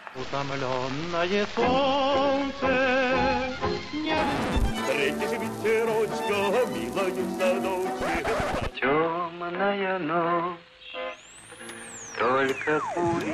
Утомленное солнце встретишь ветерочка, милою в садочке. Темная ночь, только кури.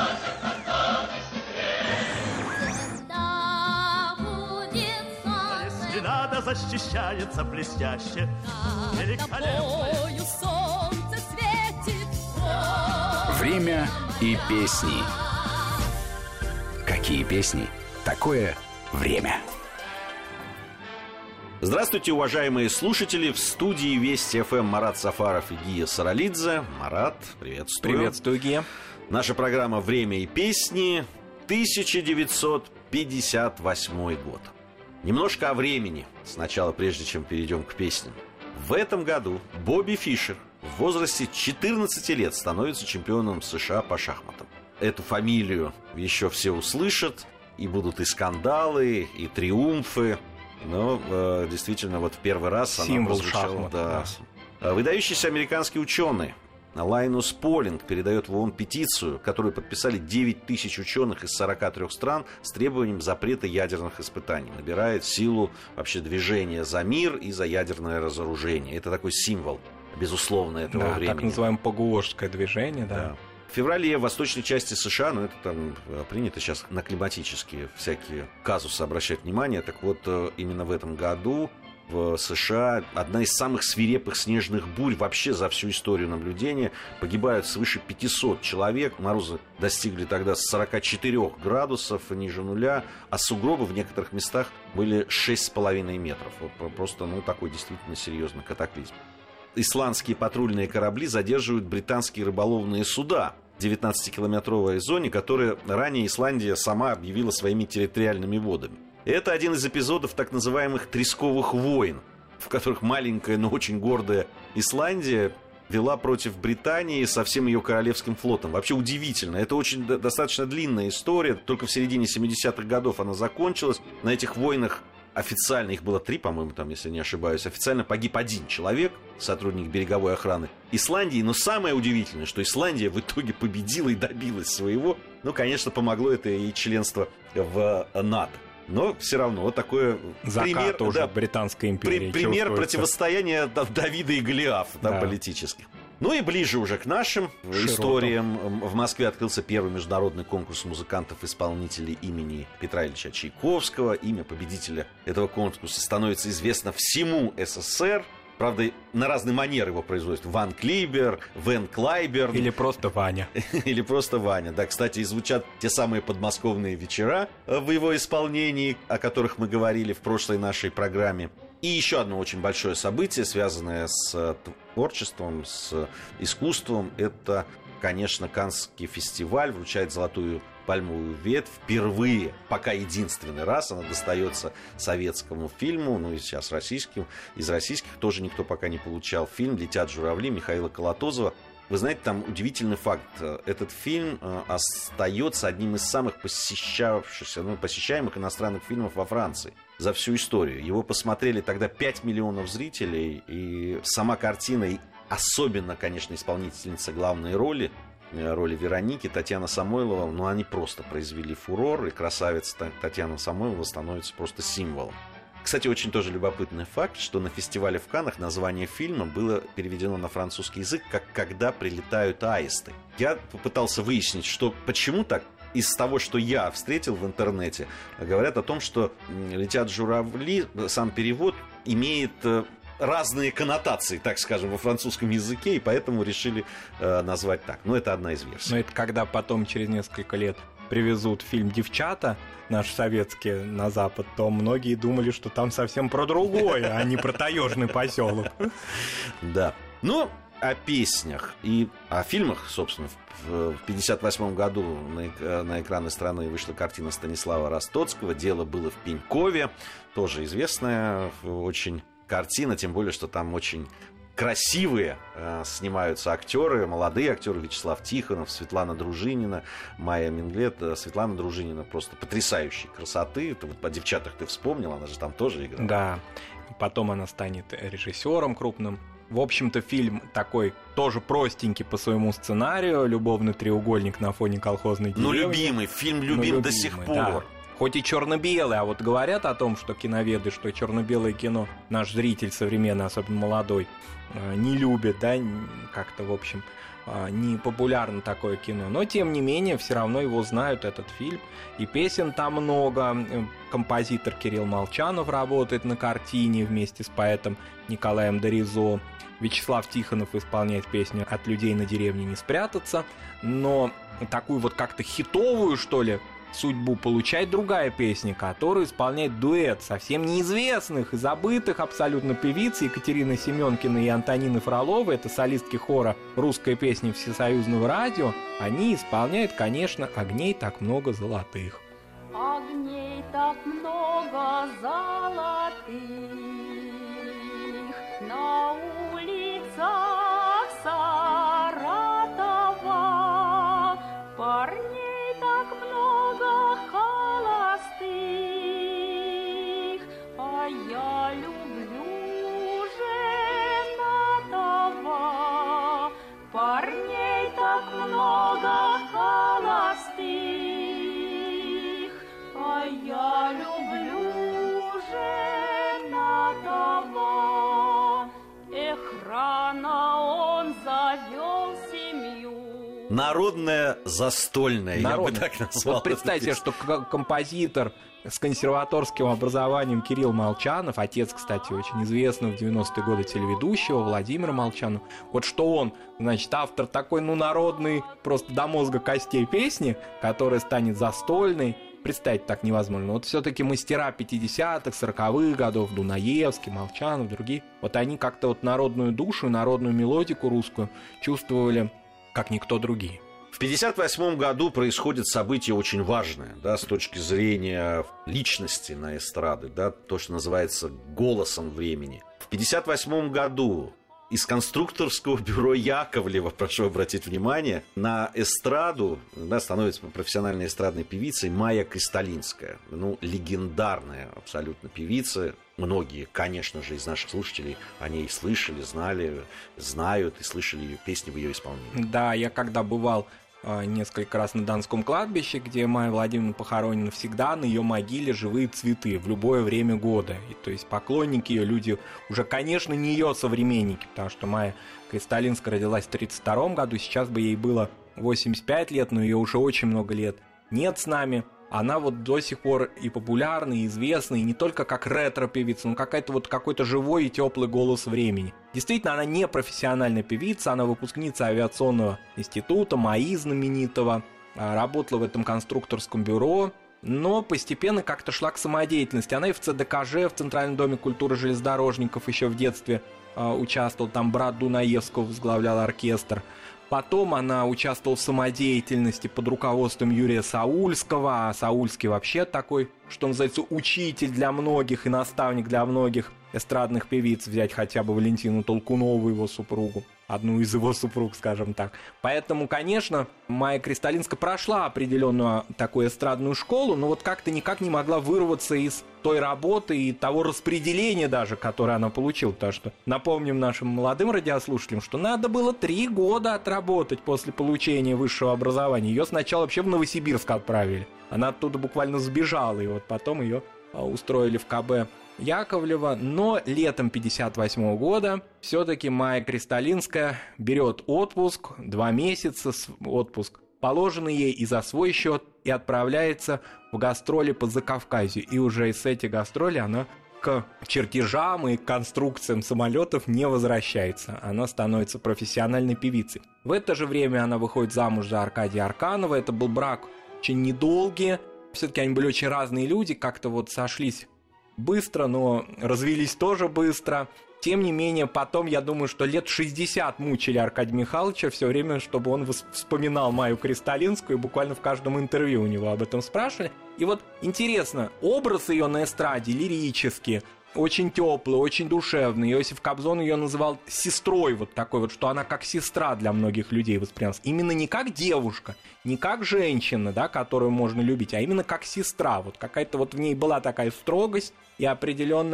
Если надо, защищается блестяще. Тобою солнце светит. Время и песни. Какие песни? Такое время. Здравствуйте, уважаемые слушатели. В студии Вести ФМ Марат Сафаров и Гия Саралидзе. Марат, приветствую. Приветствую, Гия. Наша программа «Время и песни», 1958 год. Немножко о времени сначала, прежде чем перейдем к песням. В этом году Бобби Фишер в возрасте 14 лет становится чемпионом США по шахматам. Эту фамилию еще все услышат, и будут и скандалы, и триумфы. Но действительно, вот в первый раз она прозвучала. Да. Выдающийся американский ученый Лайнус Полинг передает в ООН петицию, которую подписали 9 тысяч ученых из 43 стран с требованием запрета ядерных испытаний. Набирает силу вообще движение за мир и за ядерное разоружение. Это такой символ, безусловно, этого времени. Так называемое погуошское движение, да. В феврале в восточной части США, это там принято сейчас на климатические всякие казусы обращать внимание, так вот именно в этом году в США одна из самых свирепых снежных бурь вообще за всю историю наблюдения. Погибают свыше 500 человек. Морозы достигли тогда 44 градусов ниже нуля, а сугробы в некоторых местах были 6,5 метров. Просто, такой действительно серьезный катаклизм. Исландские патрульные корабли задерживают британские рыболовные суда в 19-километровой зоне, которые ранее Исландия сама объявила своими территориальными водами. Это один из эпизодов так называемых «тресковых войн», в которых маленькая, но очень гордая Исландия вела против Британии со всем ее королевским флотом. Вообще удивительно. Это очень достаточно длинная история. Только в середине 70-х годов она закончилась. На этих войнах официально, их было 3, по-моему, там, если не ошибаюсь, официально погиб 1 человек, сотрудник береговой охраны Исландии. Но самое удивительное, что Исландия в итоге победила и добилась своего. Конечно, помогло это и членство в НАТО. Но все равно вот такое закат уже Британской империи. Пример противостояния Давида и Голиафа, да, политических. И ближе уже к нашим историям. В Москве открылся первый международный конкурс музыкантов-исполнителей имени Петра Ильича Чайковского. Имя победителя этого конкурса становится известно всему СССР. Правда, на разные манеры его производят. Ван Клибер, Вен Клайберн. Или просто Ваня. Или просто Ваня. Да, кстати, и звучат те самые подмосковные вечера в его исполнении, о которых мы говорили в прошлой нашей программе. И еще одно очень большое событие, связанное с творчеством, с искусством. Это, конечно, Каннский фестиваль вручает золотую пальмовую ветвь. Впервые, пока единственный раз, она достается советскому фильму, и сейчас российским. Из российских тоже никто пока не получал. Фильм «Летят журавли» Михаила Колотозова. Вы знаете, там удивительный факт. Этот фильм остается одним из самых посещаемых иностранных фильмов во Франции за всю историю. Его посмотрели тогда 5 миллионов зрителей, и сама картина, и особенно, конечно, исполнительница главной роли Вероники, Татьяна Самойлова, они просто произвели фурор, и красавица Татьяна Самойлова становится просто символом. Кстати, очень тоже любопытный факт, что на фестивале в Каннах название фильма было переведено на французский язык как «Когда прилетают аисты». Я попытался выяснить, почему так. Из того, что я встретил в интернете, говорят о том, что «Летят журавли», сам перевод имеет разные коннотации, так скажем, во французском языке, и поэтому решили назвать так. Это одна из версий. Но это когда потом, через несколько лет, привезут фильм «Девчата», наш советский, на Запад, то многие думали, что там совсем про другое, а не про таежный поселок. Да. О песнях и о фильмах, собственно. В 1958 году на экраны страны вышла картина Станислава Ростоцкого «Дело было в Пенькове». Тоже известная очень картина, тем более, что там очень красивые снимаются актеры, молодые актеры: Вячеслав Тихонов, Светлана Дружинина, Майя Минглет. Светлана Дружинина просто потрясающей красоты. Ты о «Девчатах» ты вспомнил, она же там тоже играла. Да, потом она станет режиссером крупным. В общем-то, фильм такой тоже простенький по своему сценарию. Любовный треугольник на фоне колхозной деревни. Ну, любимый. Фильм любим до сих пор. Да. Хоть и черно-белый, а вот говорят о том, что киноведы, что черно-белое кино наш зритель современный, особенно молодой, не любит, да, как-то, в общем, не популярно такое кино. Но, тем не менее, все равно его знают, этот фильм. И песен там много. Композитор Кирилл Молчанов работает на картине вместе с поэтом Николаем Доризо. Вячеслав Тихонов исполняет песню «От людей на деревне не спрятаться». Но такую вот как-то хитовую, что ли, судьбу получает другая песня, которую исполняет дуэт совсем неизвестных и забытых абсолютно певиц Екатерины Семенкиной и Антонины Фроловой. Это солистки хора «Русская песня Всесоюзного радио». Они исполняют, конечно, «Огней так много золотых». Огней так много золотых на улицах Саратова, парней так много холостых, а я люблю женатого. Парней так много холостых, а я люблю женатого. Эх, рано он завел семью. Народная застольная, я бы так назвал. Вот представьте, что композитор с консерваторским образованием Кирилл Молчанов, отец, кстати, очень известного в 90-е годы телеведущего Владимира Молчанова, вот что он, значит, автор такой, ну, народной, просто до мозга костей песни, которая станет застольной, представить так невозможно. Вот все-таки мастера 50-х, 40-х годов, Дунаевский, Молчанов, другие, вот они как-то вот народную душу, народную мелодику русскую чувствовали как никто другие. В 1958 году происходит событие очень важное, да, с точки зрения личности на эстраде, да, то, что называется голосом времени. В 1958 году из конструкторского бюро Яковлева, прошу обратить внимание, на эстраду, да, становится профессиональной эстрадной певицей Майя Кристалинская. Ну, легендарная абсолютно певица. Многие, конечно же, из наших слушателей о ней слышали, знали, знают и слышали ее песни в ее исполнении. Да, я когда бывал несколько раз на Донском кладбище, где Майя Владимировна похоронена, всегда на ее могиле живые цветы в любое время года. И, то есть поклонники ее, люди уже, конечно, не ее современники, потому что Майя Кристалинская родилась в 1932 году, сейчас бы ей было 85 лет, но ее уже очень много лет нет с нами. Она вот до сих пор и популярна, и известна, и не только как ретро-певица, но какая-то вот какой-то живой и теплый голос времени. Действительно, она не профессиональная певица, она выпускница авиационного института, МАИ знаменитого, работала в этом конструкторском бюро, но постепенно как-то шла к самодеятельности. Она и в ЦДКЖ, в Центральном доме культуры железнодорожников еще в детстве участвовала, там брат Дунаевского возглавлял оркестр. Потом она участвовала в самодеятельности под руководством Юрия Саульского, а Саульский вообще такой, что называется, учитель для многих и наставник для многих эстрадных певиц, взять хотя бы Валентину Толкунову, его супругу, одну из его супруг, скажем так. Поэтому, конечно, Майя Кристалинская прошла определенную такую эстрадную школу, но вот как-то никак не могла вырваться из той работы и того распределения даже, которое она получила. Потому что напомним нашим молодым радиослушателям, что надо было 3 года отработать после получения высшего образования. Ее сначала вообще в Новосибирск отправили. Она оттуда буквально сбежала, и вот потом ее устроили в КБ Яковлева, но летом 1958 года все-таки Майя Кристалинская берет отпуск, 2 месяца отпуск, положенный ей и за свой счет, и отправляется в гастроли по Закавказью. И уже из этих гастролей она к чертежам и конструкциям самолетов не возвращается. Она становится профессиональной певицей. В это же время она выходит замуж за Аркадия Арканова. Это был брак очень недолгий. Все-таки они были очень разные люди, как-то вот сошлись быстро, но развелись тоже быстро. Тем не менее, потом, я думаю, что лет 60 мучили Аркадия Михайловича все время, чтобы он вспоминал Майю Кристалинскую, и буквально в каждом интервью у него об этом спрашивали. И вот интересно, образ ее на эстраде лирический, очень теплый, очень душевный. Иосиф Кобзон ее называл сестрой, вот такой вот, что она как сестра для многих людей воспринималась. Именно не как девушка, не как женщина, да, которую можно любить, а именно как сестра. Вот какая-то вот в ней была такая строгость и определенная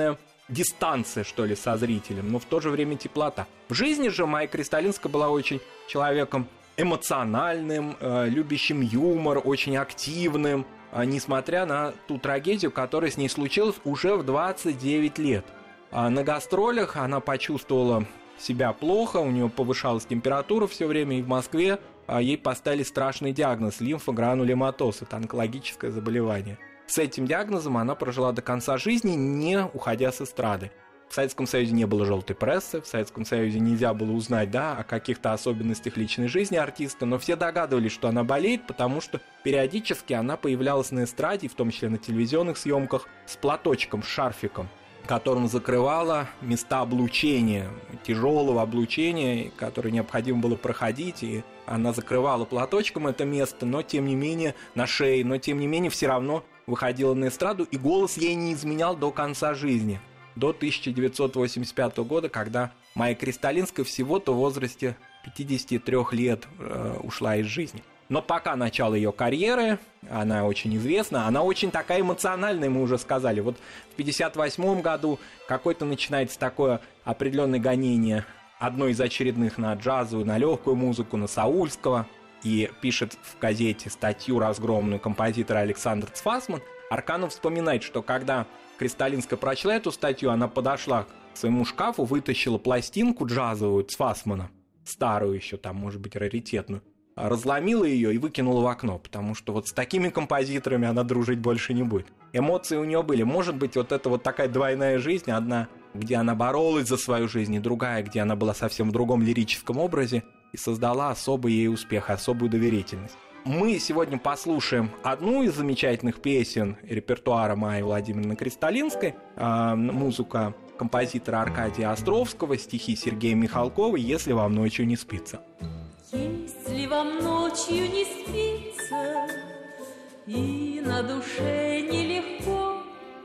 дистанция, что ли, со зрителем, но в то же время теплота. В жизни же Майя Кристалинская была очень человеком эмоциональным, любящим юмор, очень активным, несмотря на ту трагедию, которая с ней случилась уже в 29 лет. На гастролях она почувствовала себя плохо, у нее повышалась температура все время, и в Москве ей поставили страшный диагноз – лимфогранулематоз, это онкологическое заболевание. С этим диагнозом она прожила до конца жизни, не уходя с эстрады. В Советском Союзе не было желтой прессы, в Советском Союзе нельзя было узнать, о каких-то особенностях личной жизни артиста, но все догадывались, что она болеет, потому что периодически она появлялась на эстраде, в том числе на телевизионных съемках, с платочком, с шарфиком, которым закрывала места облучения, тяжелого облучения, которое необходимо было проходить, и она закрывала платочком это место, но тем не менее на шее, но тем не менее все равно выходила на эстраду, и голос ей не изменял до конца жизни, до 1985 года, когда Майя Кристалинская всего-то в возрасте 53 лет ушла из жизни. Но пока начало ее карьеры, она очень известна, она очень такая эмоциональная, мы уже сказали. Вот в 1958 году какое-то начинается такое определенное гонение, одно из очередных на джазовую, на легкую музыку, на Саульского. И пишет в газете статью разгромную композитор Александр Цфасман. Арканов вспоминает, что когда Кристалинская прочла эту статью, она подошла к своему шкафу, вытащила пластинку джазовую Цфасмана, старую еще там, может быть, раритетную, разломила ее и выкинула в окно, потому что вот с такими композиторами она дружить больше не будет. Эмоции у нее были. Может быть, вот это вот такая двойная жизнь, одна, где она боролась за свою жизнь, и другая, где она была совсем в другом лирическом образе и создала особый ей успех, особую доверительность. Мы сегодня послушаем одну из замечательных песен репертуара Майи Владимировны Кристалинской, музыка композитора Аркадия Островского, стихи Сергея Михалкова «Если вам ночью не спится». Если вам ночью не спится и на душе нелегко,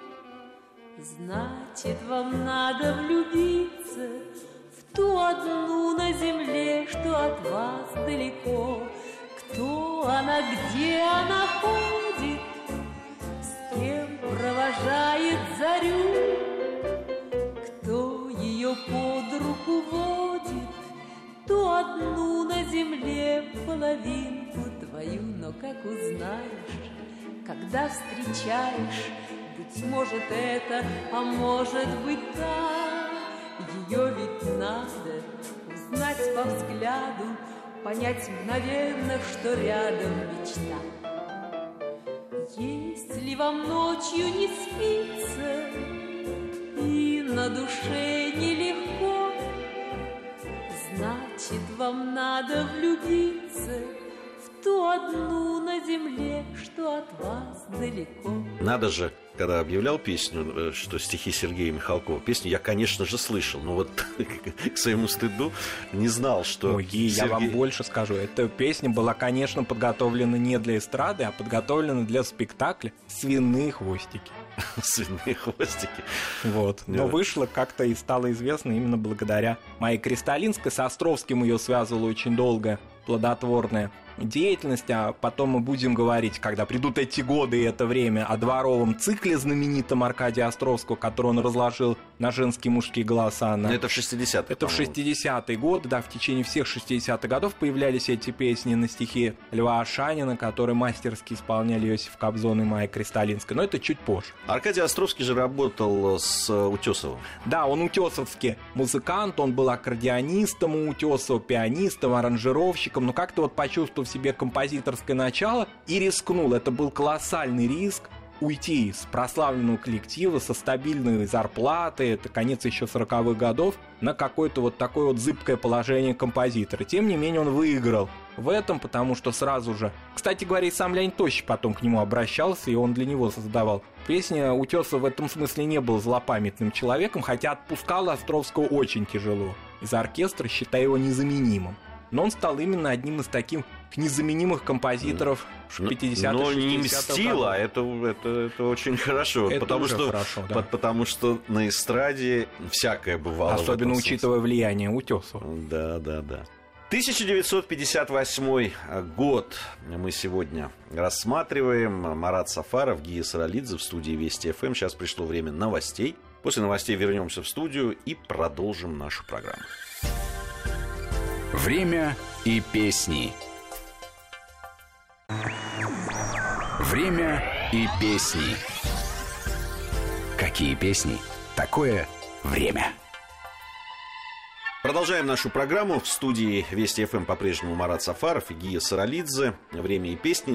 значит, вам надо влюбиться в ту одну на земле, что от вас далеко. Кто она, где она ходит, с кем провожает зарю, кто ее под руку водит, ту одну на земле половинку твою. Но как узнаешь, когда встречаешь, быть может это, а может быть да, ее ведь надо узнать по взгляду, понять мгновенно, что рядом мечта. Если вам ночью не спится и на душе нелегко, значит, вам надо влюбиться в ту одну на земле, что от вас далеко. Надо же, когда объявлял песню, что стихи Сергея Михалкова, песню я, конечно же, слышал, но вот к своему стыду не знал, что... Ой, я вам больше скажу, эта песня была, конечно, подготовлена не для эстрады, а подготовлена для спектакля «Свиные хвостики». «Свиные хвостики». Вот. Но вышла как-то и стала известна именно благодаря Майе Кристалинской. С Островским ее связывала очень долго плодотворная деятельность, а потом мы будем говорить, когда придут эти годы и это время, о дворовом цикле знаменитом Аркадия Островского, который он разложил на женские и мужские голоса. Это в 60-е. Это в 60-е годы, да, в течение всех 60-х годов появлялись эти песни на стихи Льва Ашанина, которые мастерски исполняли Иосиф Кобзон и Майя Кристалинская, но это чуть позже. Аркадий Островский же работал с Утесовым. Да, он утесовский музыкант, он был аккордеонистом у Утесова, пианистом, аранжировщиком, но как-то вот почувствовал в себе композиторское начало и рискнул. Это был колоссальный риск уйти из прославленного коллектива со стабильной зарплатой, это конец еще 40-х годов, на какое-то вот такое вот зыбкое положение композитора. Тем не менее, он выиграл в этом, потому что сразу же... Кстати говоря, и сам Леонид Тощий потом к нему обращался, и он для него создавал песни. Утесов в этом смысле не был злопамятным человеком, хотя отпускал Островского очень тяжело из оркестра, считая его незаменимым. Но он стал именно одним из таких незаменимых композиторов 50-х, 60-х Но не мстил, а это очень хорошо. Это потому уже что, хорошо, да. Потому что на эстраде всякое бывало. Особенно учитывая влияние Утесова. Да. 1958 год мы сегодня рассматриваем. Марат Сафаров, Гия Саралидзе в студии Вести ФМ. Сейчас пришло время новостей. После новостей вернемся в студию и продолжим нашу программу. Время и песни. Время и песни. Какие песни? Такое время. Продолжаем нашу программу. В студии Вести ФМ по-прежнему Марат Сафаров и Гия Саралидзе. Время и песни,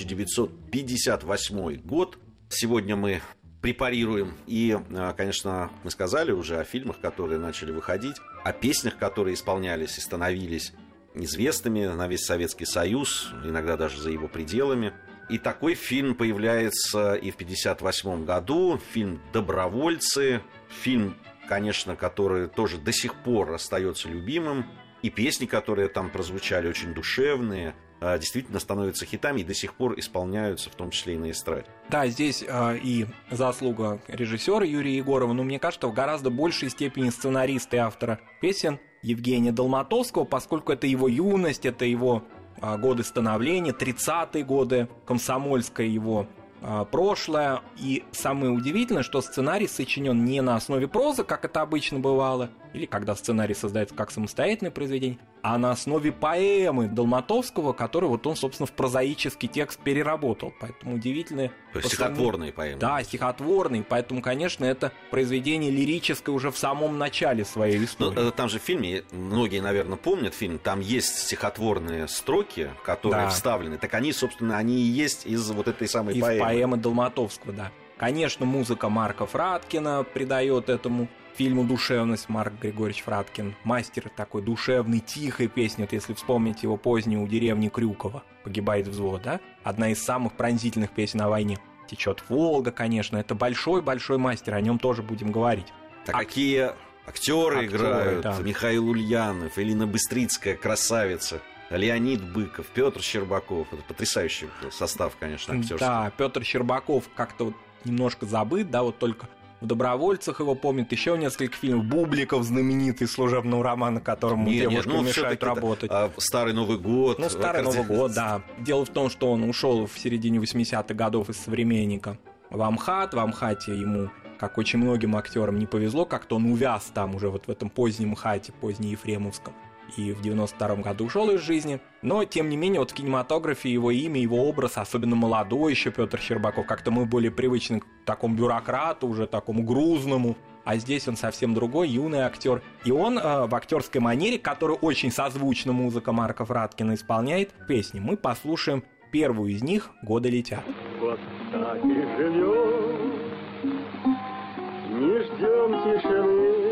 1958 год. Сегодня мы препарируем. И, конечно, мы сказали уже о фильмах, которые начали выходить, о песнях, которые исполнялись и становились известными на весь Советский Союз, иногда даже за его пределами. И такой фильм появляется и в 1958 году. Фильм «Добровольцы». Фильм, конечно, который тоже до сих пор остается любимым. И песни, которые там прозвучали, очень душевные, действительно становятся хитами и до сих пор исполняются, в том числе и на эстраде. Да, здесь и заслуга режиссера Юрия Егорова, но мне кажется, в гораздо большей степени сценариста и автора песен Евгения Долматовского, поскольку это его юность, это его годы становления, 30-е годы, комсомольское его прошлое. И самое удивительное, что сценарий сочинен не на основе прозы, как это обычно бывало, или когда сценарий создается как самостоятельное произведение, а на основе поэмы Долматовского, которую вот он, собственно, в прозаический текст переработал. Поэтому удивительное... То есть стихотворные поэмы. Да, стихотворные. Поэтому, конечно, это произведение лирическое уже в самом начале своей истории. Но там же в фильме, многие, наверное, помнят фильм, там есть стихотворные строки, которые вставлены. Так они, собственно, они и есть из вот этой самой поэмы. Из поэмы Долматовского, да. Конечно, музыка Марка Фраткина придает этому фильму душевность. Марк Григорьевич Фраткин, мастер такой душевной, тихой песни. Вот если вспомнить его позднюю «У деревни Крюково» «Погибает взвод», да? Одна из самых пронзительных песен о войне. «Течет Волга», конечно, это большой-большой мастер, о нем тоже будем говорить. Какие актеры играют, да. Михаил Ульянов, Элина Быстрицкая, красавица, Леонид Быков, Петр Щербаков. Это потрясающий состав, конечно, актерский. Да, Петр Щербаков как-то вот немножко забыт, да, вот только в «Добровольцах» его помнят, еще несколько фильмов. Бубликов, знаменитый служебного романа, которому девушки мешают работать. «Старый Новый год». Ну, «Старый Новый год», да. Дело в том, что он ушел в середине 80-х годов из «Современника» в Амхат. В Амхате ему, как очень многим актерам, не повезло, как-то он увяз там уже вот в этом позднем ХАТе, позднеефремовском. И в 92-м году ушел из жизни. Но, тем не менее, вот в кинематографе его имя, его образ, особенно молодой еще Петр Щербаков, как-то мы более привычны к такому бюрократу, уже такому грузному. А здесь он совсем другой, юный актер. И он в актерской манере, которая очень созвучна музыка Марка Фраткина, исполняет песни. Мы послушаем первую из них «Годы летят». Вот так и живем, не ждем тишины.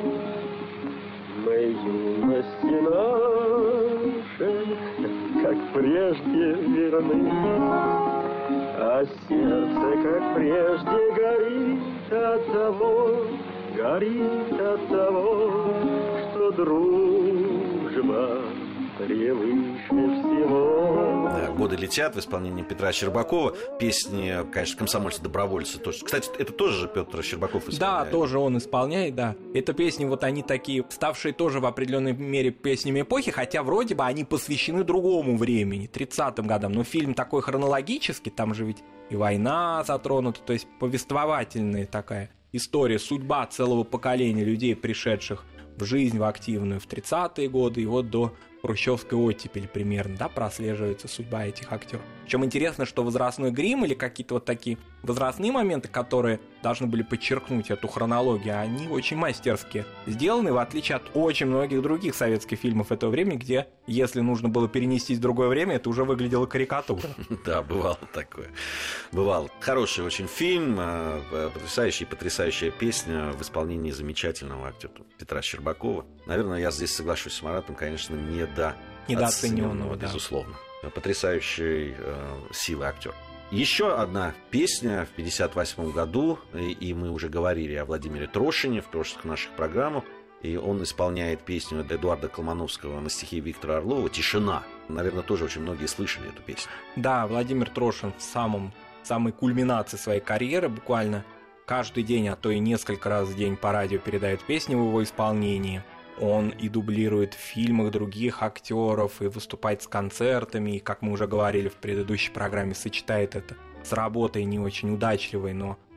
Мы юности нашей, как прежде, верны, а сердце, как прежде, горит от того, что дружба превыше всего. Да, «Годы летят» в исполнении Петра Щербакова. Песни, конечно, «Комсомольцы-добровольцы» тоже. Кстати, это тоже же Петр Щербаков исполняет. Да, тоже он исполняет, да. Это песни, вот они такие, ставшие тоже в определенной мере песнями эпохи, хотя вроде бы они посвящены другому времени, 30-м годам. Но фильм такой хронологический, там же ведь и война затронута, то есть повествовательная такая история, судьба целого поколения людей, пришедших в жизнь, в активную в 30-е годы, и вот до хрущевской оттепели примерно, да, прослеживается судьба этих актеров. Причем интересно, что возрастной грим или какие-то вот такие возрастные моменты, которые должны были подчеркнуть эту хронологию, они очень мастерски сделаны, в отличие от очень многих других советских фильмов этого времени, где, если нужно было перенестись в другое время, это уже выглядело карикатурой. Да, бывало такое. Бывало. Хороший очень фильм, потрясающая песня в исполнении замечательного актера Петра Щербакова. Наверное, я здесь соглашусь с Маратом, конечно, недооцененного, да. Безусловно. Потрясающей силы актер. Еще одна песня в 1958 году, и мы уже говорили о Владимире Трошине в прошлых наших программах, и он исполняет песню Эдуарда Колмановского на стихи Виктора Орлова «Тишина». Наверное, тоже очень многие слышали эту песню. Да, Владимир Трошин в самой кульминации своей карьеры буквально каждый день, а то и несколько раз в день по радио передает песни в его исполнении. Он и дублирует в фильмах других актеров, и выступает с концертами, и, как мы уже говорили в предыдущей программе, сочетает это с работой не очень удачливой, но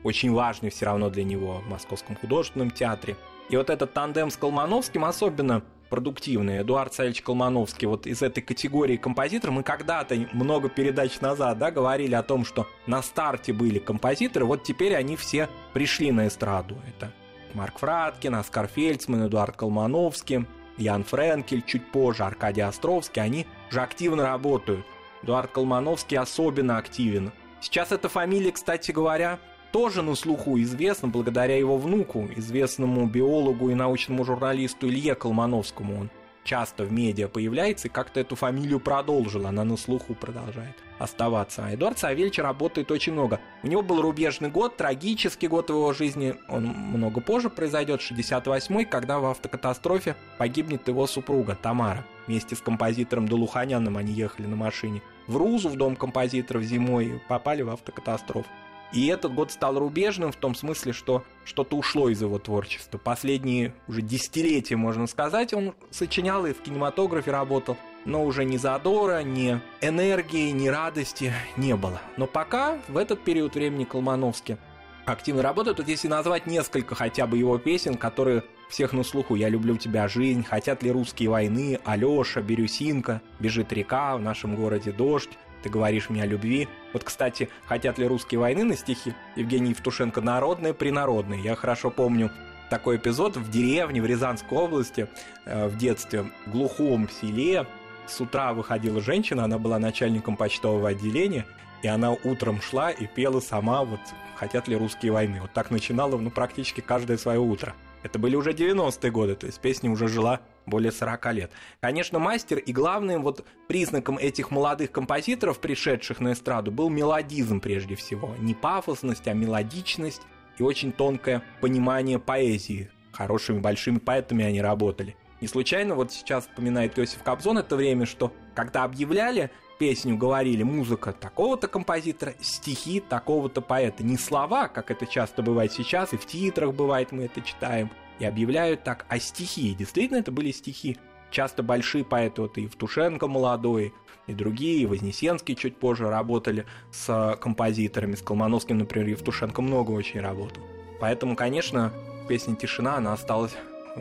очень важный все равно для него в Московском художественном театре. И вот этот тандем с Колмановским особенно продуктивный. Эдуард Савельевич Колмановский вот из этой категории композиторов. Мы когда-то, много передач назад, да, говорили о том, что на старте были композиторы, вот теперь они все пришли на эстраду. Это Марк Фраткин, Оскар Фельдсман, Эдуард Колмановский, Ян Френкель, чуть позже Аркадий Островский. Они же активно работают. Эдуард Колмановский особенно активен. Сейчас эта фамилия, кстати говоря, тоже на слуху известна благодаря его внуку, известному биологу и научному журналисту Илье Колмановскому. Он часто в медиа появляется и как-то эту фамилию продолжил, она на слуху продолжает оставаться. А Эдуард Савельевич работает очень много. У него был рубежный год, трагический год в его жизни, он много позже произойдет, 68-й, когда в автокатастрофе погибнет его супруга Тамара. Вместе с композитором Долуханяном они ехали на машине в Рузу, в дом композиторов зимой, и попали в автокатастрофу. И этот год стал рубежным в том смысле, что что-то ушло из его творчества. Последние уже десятилетия, можно сказать, он сочинял и в кинематографе работал, но уже ни задора, ни энергии, ни радости не было. Но пока в этот период времени Колмановский активно работает. Вот если назвать несколько хотя бы его песен, которые всех на слуху: «Я люблю тебя, жизнь», «Хотят ли русские войны», «Алёша», «Бирюсинка», «Бежит река», «В нашем городе дождь», «Ты говоришь мне о любви». Вот, кстати, «Хотят ли русские войны» на стихи Евгения Евтушенко народные, принародные. Я хорошо помню такой эпизод в деревне в Рязанской области в детстве, в глухом селе. С утра выходила женщина, она была начальником почтового отделения, и она утром шла и пела сама вот «Хотят ли русские войны». Вот так начинала, практически каждое свое утро. Это были уже 90-е годы, то есть песня уже жила более 40 лет. Конечно, мастер, и главным вот признаком этих молодых композиторов, пришедших на эстраду, был мелодизм прежде всего. Не пафосность, а мелодичность и очень тонкое понимание поэзии. Хорошими большими поэтами они работали. Не случайно вот сейчас вспоминает Иосиф Кобзон это время, что когда объявляли песню, говорили: музыка такого-то композитора, стихи такого-то поэта. Не слова, как это часто бывает сейчас, и в титрах бывает, мы это читаем, и объявляют так, а стихи. И действительно, это были стихи. Часто большие поэты, вот и Евтушенко молодой, и другие, и Вознесенский чуть позже работали с композиторами, с Колмановским, например, Евтушенко много очень работал. Поэтому, конечно, песня «Тишина», она осталась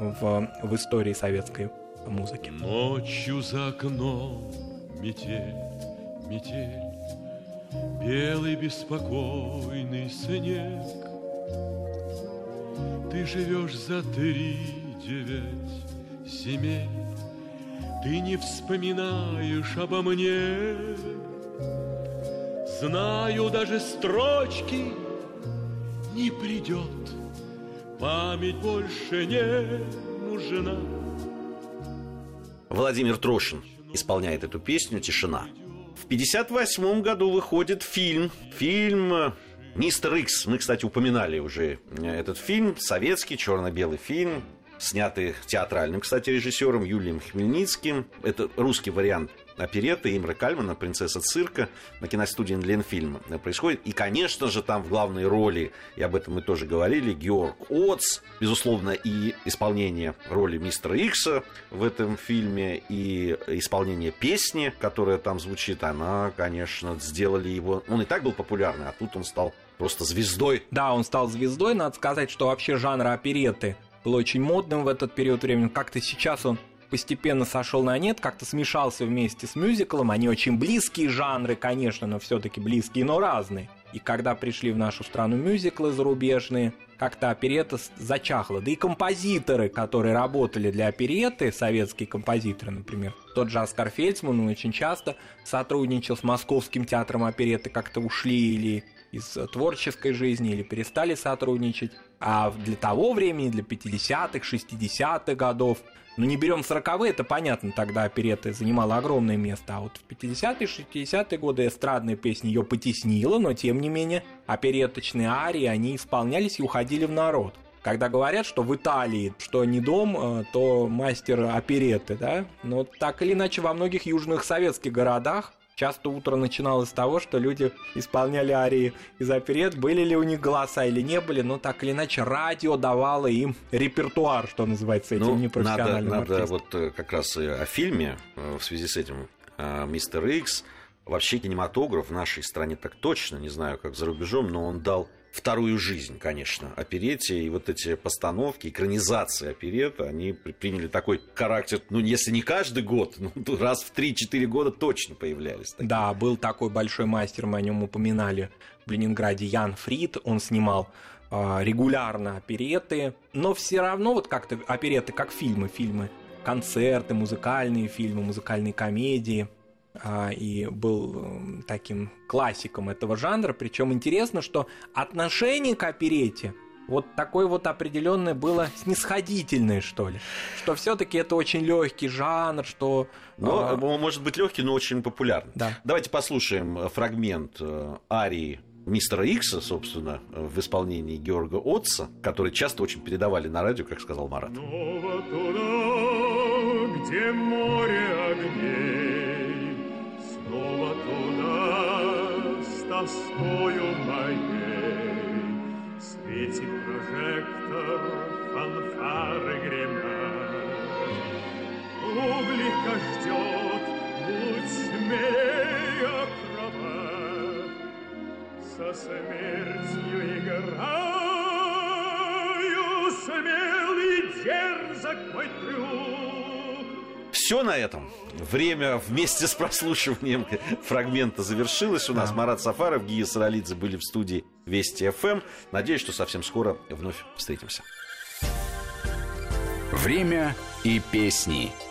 в истории советской музыки. Ночью за окном метель, метель, белый беспокойный снег. Ты живешь за 3-9 земель, ты не вспоминаешь обо мне. Знаю, даже строчки не придет, память больше не нужна. Владимир Трошин исполняет эту песню «Тишина». В 1958 году выходит фильм «Мистер Икс». Мы, кстати, упоминали уже этот фильм. Советский, черно-белый фильм, снятый театральным, кстати, режиссером Юлием Хмельницким. Это русский вариант оперетты Имры Кальмана «Принцесса цирка» на киностудии Ленфильма происходит. И, конечно же, там в главной роли, и об этом мы тоже говорили, Георг Оц. Безусловно, и исполнение роли мистера Икса в этом фильме, и исполнение песни, которая там звучит, она, конечно, сделали его... Он и так был популярный, а тут он стал просто звездой. Да, он стал звездой. Надо сказать, что вообще жанр оперетты был очень модным в этот период времени. Как-то сейчас он постепенно сошел на нет, как-то смешался вместе с мюзиклом. Они очень близкие жанры, конечно, но все-таки близкие, но разные. И когда пришли в нашу страну мюзиклы зарубежные, как-то оперетта зачахла. Да и композиторы, которые работали для оперетты, советские композиторы, например, тот же Оскар Фельдсман, он очень часто сотрудничал с Московским театром оперетты, как-то ушли или из творческой жизни, или перестали сотрудничать. А для того времени, для 50-х, 60-х годов, не берем 40-е, это понятно, тогда оперетта занимала огромное место, а вот в 50-е, 60-е годы эстрадная песня ее потеснила, но тем не менее оперетточные арии, они исполнялись и уходили в народ. Когда говорят, что в Италии, что не дом, то мастер оперетты, да, но так или иначе во многих южных советских городах часто утро начиналось с того, что люди исполняли арии из оперет, были ли у них голоса или не были, но так или иначе радио давало им репертуар, что называется, этим непрофессиональным артистам. Надо вот как раз о фильме в связи с этим «Мистер Икс». Вообще кинематограф в нашей стране так точно, не знаю, как за рубежом, но он дал вторую жизнь, конечно, оперете. И вот эти постановки, экранизации оперет, они приняли такой характер, ну, если не каждый год, ну, раз в 3-4 года точно появлялись. Такие. Да, был такой большой мастер, мы о нем упоминали в Ленинграде, Ян Фрид. Он снимал регулярно опереты, но все равно вот как-то опереты как фильмы, концерты, музыкальные фильмы, музыкальные комедии. И был таким классиком этого жанра. Причем интересно, что отношение к оперете вот такое вот определенное было снисходительное, что ли. Что все-таки это очень легкий жанр, что. Но, может быть, легкий, но очень популярный. Да. Давайте послушаем фрагмент арии Мистера Икса, собственно, в исполнении Георга Отца, который часто очень передавали на радио, как сказал Марат. Снова туда, где море огней, снова туда, с тоскою моей, светит прожектор, фанфары гремят. Публика ждет, будь смелее, акробат, со смертью играю, смелый дерзок мой трюк. Все на этом. Время вместе с прослушиванием фрагмента завершилось. У нас Марат Сафаров, Гия Саралидзе были в студии Вести ФМ. Надеюсь, что совсем скоро вновь встретимся. Время и песни.